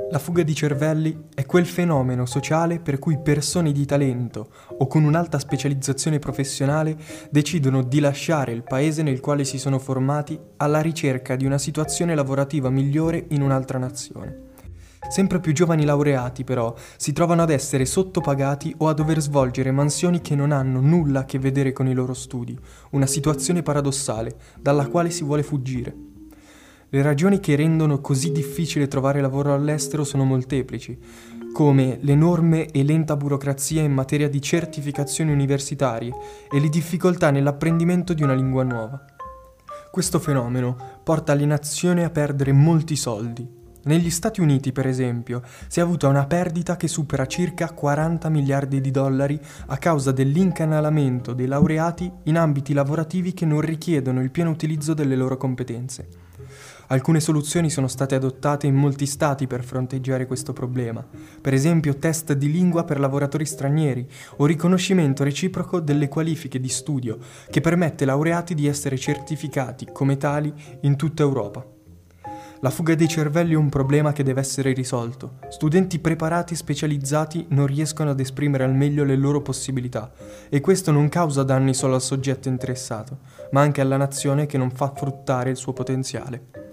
La fuga di cervelli è quel fenomeno sociale per cui persone di talento o con un'alta specializzazione professionale decidono di lasciare il paese nel quale si sono formati alla ricerca di una situazione lavorativa migliore in un'altra nazione. Sempre più giovani laureati, però, si trovano ad essere sottopagati o a dover svolgere mansioni che non hanno nulla a che vedere con i loro studi, una situazione paradossale dalla quale si vuole fuggire. Le ragioni che rendono così difficile trovare lavoro all'estero sono molteplici, come l'enorme e lenta burocrazia in materia di certificazioni universitarie e le difficoltà nell'apprendimento di una lingua nuova. Questo fenomeno porta le nazioni a perdere molti soldi. Negli Stati Uniti, per esempio, si è avuta una perdita che supera circa 40 miliardi di dollari a causa dell'incanalamento dei laureati in ambiti lavorativi che non richiedono il pieno utilizzo delle loro competenze. Alcune soluzioni sono state adottate in molti stati per fronteggiare questo problema, per esempio test di lingua per lavoratori stranieri o riconoscimento reciproco delle qualifiche di studio che permette ai laureati di essere certificati come tali in tutta Europa. La fuga dei cervelli è un problema che deve essere risolto. Studenti preparati e specializzati non riescono ad esprimere al meglio le loro possibilità e questo non causa danni solo al soggetto interessato, ma anche alla nazione che non fa fruttare il suo potenziale.